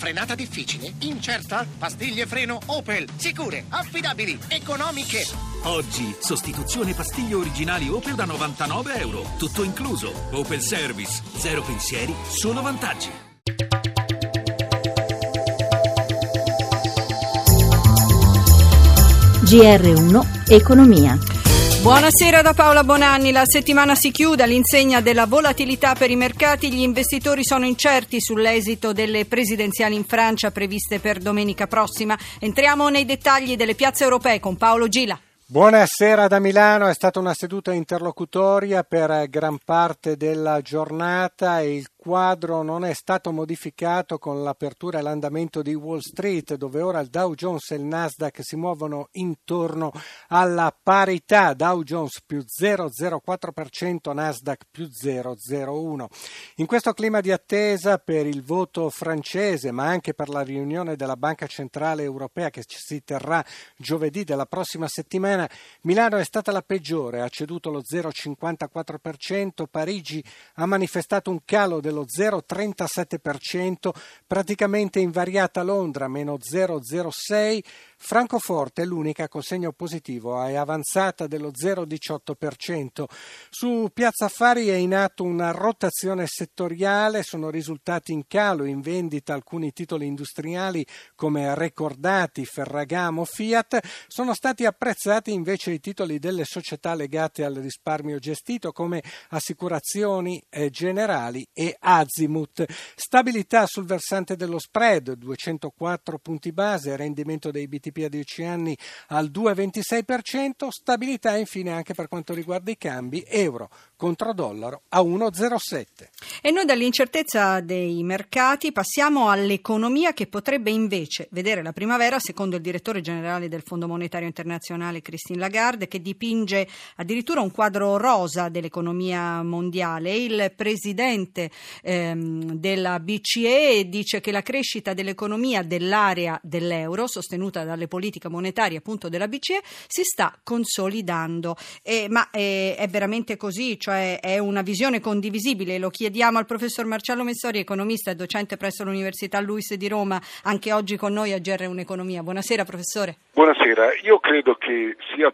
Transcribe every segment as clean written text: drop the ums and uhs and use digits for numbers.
Frenata difficile? Incerta? Pastiglie freno Opel. Sicure, affidabili, economiche. Oggi, sostituzione pastiglie originali Opel da €99. Tutto incluso. Opel Service. Zero pensieri, solo vantaggi. GR1 Economia. Buonasera da Paola Bonanni. La settimana si chiude all'insegna della volatilità per i mercati. Gli investitori sono incerti sull'esito delle presidenziali in Francia previste per domenica prossima. Entriamo nei dettagli delle piazze europee con Paolo Gila. Buonasera da Milano. È stata una seduta interlocutoria per gran parte della giornata e il quadro non è stato modificato con l'apertura e l'andamento di Wall Street, dove ora il Dow Jones e il Nasdaq si muovono intorno alla parità. Dow Jones più 0,04%, Nasdaq più 0,01%. In questo clima di attesa per il voto francese, ma anche per la riunione della Banca Centrale Europea che si terrà giovedì della prossima settimana, Milano è stata la peggiore, ha ceduto lo 0,54%, Parigi ha manifestato un calo dello 0,37%, praticamente invariata Londra, meno 0,06%, Francoforte è l'unica con segno positivo, è avanzata dello 0,18%. Su Piazza Affari è in atto una rotazione settoriale, sono risultati in calo in vendita alcuni titoli industriali come Recordati, Ferragamo, Fiat, sono stati apprezzati invece i titoli delle società legate al risparmio gestito come Assicurazioni Generali e Azimut. Stabilità sul versante dello spread, 204 punti base, rendimento dei BTP a 10 anni al 2,26%, stabilità infine anche per quanto riguarda i cambi, euro contro dollaro a 1,07. E noi dall'incertezza dei mercati passiamo all'economia che potrebbe invece vedere la primavera, secondo il direttore generale del Fondo Monetario Internazionale Christine Lagarde, che dipinge addirittura un quadro rosa dell'economia mondiale. Il presidente della BCE dice che la crescita dell'economia dell'area dell'euro, sostenuta dalle politiche monetarie appunto della BCE, si sta consolidando. Ma è veramente così? Cioè è una visione condivisibile? Lo chiediamo al professor Marcello Messori, economista e docente presso l'Università LUISS di Roma, anche oggi con noi a GR1 Economia. Buonasera professore. Buonasera, io credo che sia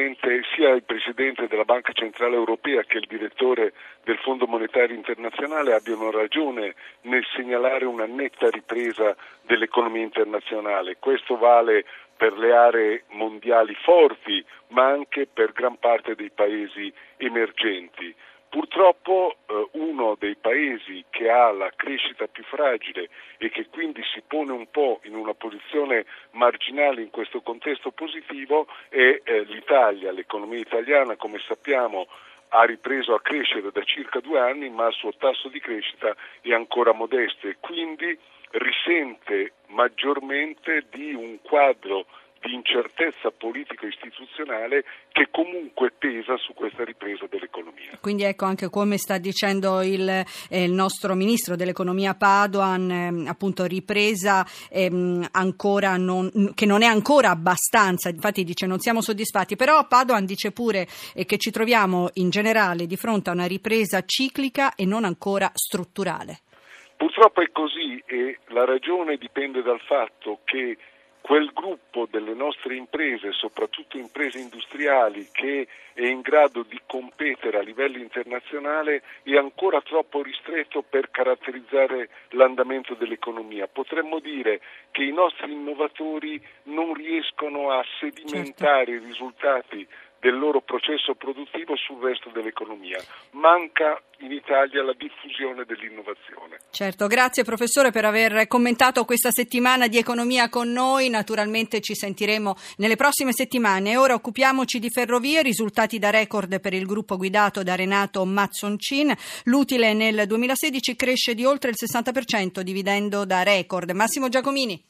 il Presidente della Banca Centrale Europea che il Direttore del Fondo Monetario Internazionale abbiano ragione nel segnalare una netta ripresa dell'economia internazionale. Questo vale per le aree mondiali forti, ma anche per gran parte dei paesi emergenti. Purtroppo uno dei paesi che ha la crescita più fragile e che quindi si pone un po' in una posizione marginale in questo contesto positivo è l'Italia. L'economia italiana, come sappiamo, ha ripreso a crescere da circa 2 anni, ma il suo tasso di crescita è ancora modesto e quindi risente maggiormente di un quadro di incertezza politico-istituzionale che comunque pesa su questa ripresa dell'economia. Quindi ecco anche come sta dicendo il nostro ministro dell'economia Padoan, appunto ripresa ancora che non è ancora abbastanza, infatti dice non siamo soddisfatti, però Padoan dice pure che ci troviamo in generale di fronte a una ripresa ciclica e non ancora strutturale. Purtroppo è così e la ragione dipende dal fatto che quel gruppo delle nostre imprese, soprattutto imprese industriali, che è in grado di competere a livello internazionale è ancora troppo ristretto per caratterizzare l'andamento dell'economia. Potremmo dire che i nostri innovatori non riescono a sedimentare i risultati del loro processo produttivo sul resto dell'economia. Manca in Italia la diffusione dell'innovazione. Certo, grazie professore per aver commentato questa settimana di economia con noi. Naturalmente ci sentiremo nelle prossime settimane. Ora occupiamoci di ferrovie, risultati da record per il gruppo guidato da Renato Mazzoncin. L'utile nel 2016 cresce di oltre il 60%, dividendo da record. Massimo Giacomini.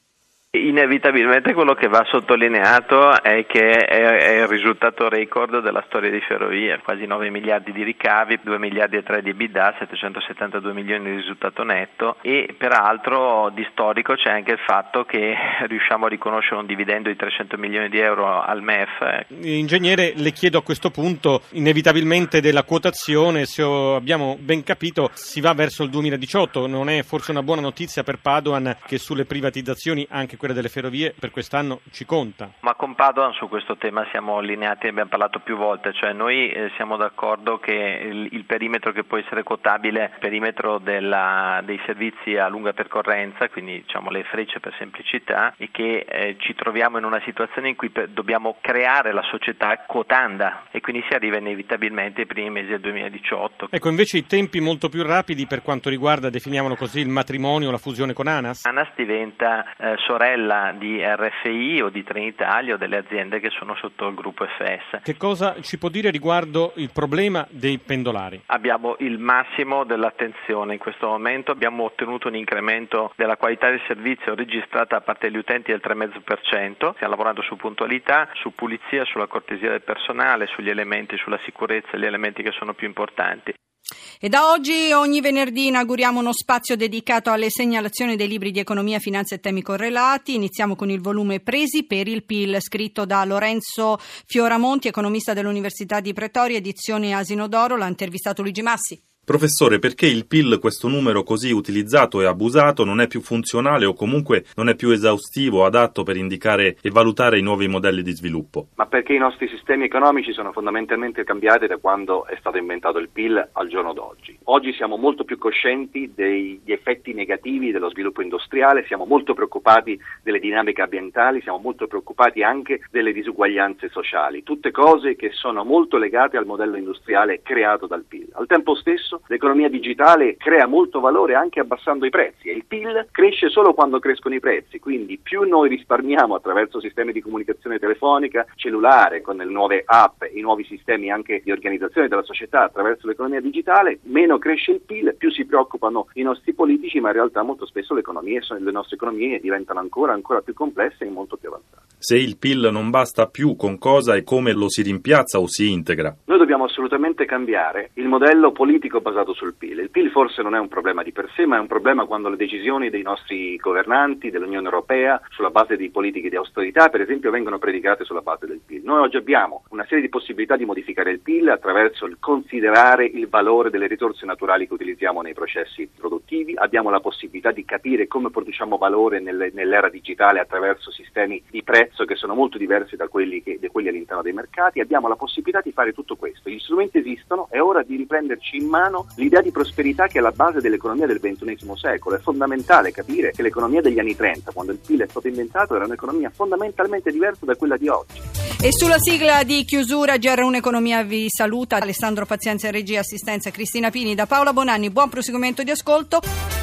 Inevitabilmente quello che va sottolineato è che è il risultato record della storia di Ferrovie, quasi 9 miliardi di ricavi, 2 miliardi e 3 di EBITDA, 772 milioni di risultato netto, e peraltro di storico c'è anche il fatto che riusciamo a riconoscere un dividendo di 300 milioni di euro al MEF. Ingegnere, le chiedo a questo punto inevitabilmente della quotazione, se abbiamo ben capito si va verso il 2018, non è forse una buona notizia per Padoan che sulle privatizzazioni, anche quella delle ferrovie, per quest'anno ci conta? Ma con Padoan su questo tema siamo allineati, abbiamo parlato più volte, cioè noi siamo d'accordo che il perimetro che può essere quotabile è il perimetro dei servizi a lunga percorrenza, quindi diciamo le frecce per semplicità, e che ci troviamo in una situazione in cui dobbiamo creare la società quotanda e quindi si arriva inevitabilmente ai primi mesi del 2018. Ecco, invece i tempi molto più rapidi per quanto riguarda, definiamolo così, il matrimonio, la fusione con ANAS? ANAS diventa sorella di RFI o di Trenitalia o delle aziende che sono sotto il gruppo FS. Che cosa ci può dire riguardo il problema dei pendolari? Abbiamo il massimo dell'attenzione in questo momento, abbiamo ottenuto un incremento della qualità del servizio registrata da parte degli utenti del 3,5%, stiamo lavorando su puntualità, su pulizia, sulla cortesia del personale, sugli elementi, sulla sicurezza, gli elementi che sono più importanti. E da oggi, ogni venerdì, inauguriamo uno spazio dedicato alle segnalazioni dei libri di economia, finanza e temi correlati. Iniziamo con il volume Presi per il PIL, scritto da Lorenzo Fioramonti, economista dell'Università di Pretoria, edizione Asino d'Oro. L'ha intervistato Luigi Massi. Professore, perché il PIL, questo numero così utilizzato e abusato, non è più funzionale o comunque non è più esaustivo, adatto per indicare e valutare i nuovi modelli di sviluppo? Ma perché i nostri sistemi economici sono fondamentalmente cambiati da quando è stato inventato il PIL al giorno d'oggi. Oggi siamo molto più coscienti degli effetti negativi dello sviluppo industriale, siamo molto preoccupati delle dinamiche ambientali, siamo molto preoccupati anche delle disuguaglianze sociali, tutte cose che sono molto legate al modello industriale creato dal PIL. Al tempo stesso l'economia digitale crea molto valore anche abbassando i prezzi e il PIL cresce solo quando crescono i prezzi, quindi più noi risparmiamo attraverso sistemi di comunicazione telefonica, cellulare, con le nuove app, i nuovi sistemi anche di organizzazione della società attraverso l'economia digitale, meno cresce il PIL, più si preoccupano i nostri politici, ma in realtà molto spesso le nostre economie diventano ancora più complesse e molto più avanzate. Se il PIL non basta più, con cosa e come lo si rimpiazza o si integra? Noi dobbiamo assolutamente cambiare il modello politico basato sul PIL. Il PIL forse non è un problema di per sé, ma è un problema quando le decisioni dei nostri governanti, dell'Unione Europea, sulla base di politiche di austerità, per esempio, vengono predicate sulla base del PIL. Noi oggi abbiamo una serie di possibilità di modificare il PIL attraverso il considerare il valore delle risorse naturali che utilizziamo nei processi produttivi, abbiamo la possibilità di capire come produciamo valore nell'era digitale attraverso sistemi di prezzo che sono molto diversi da quelli all'interno dei mercati, abbiamo la possibilità di fare tutto questo. Gli strumenti esistono, è ora di riprenderci in mano l'idea di prosperità che è alla base dell'economia del XXI secolo. È fondamentale capire che l'economia degli anni 30, quando il PIL è stato inventato, era un'economia fondamentalmente diversa da quella di oggi. E sulla sigla di chiusura GR1 Economia vi saluta Alessandro Pazienza in regia, assistenza Cristina Pini, da Paola Bonanni. Buon proseguimento di ascolto.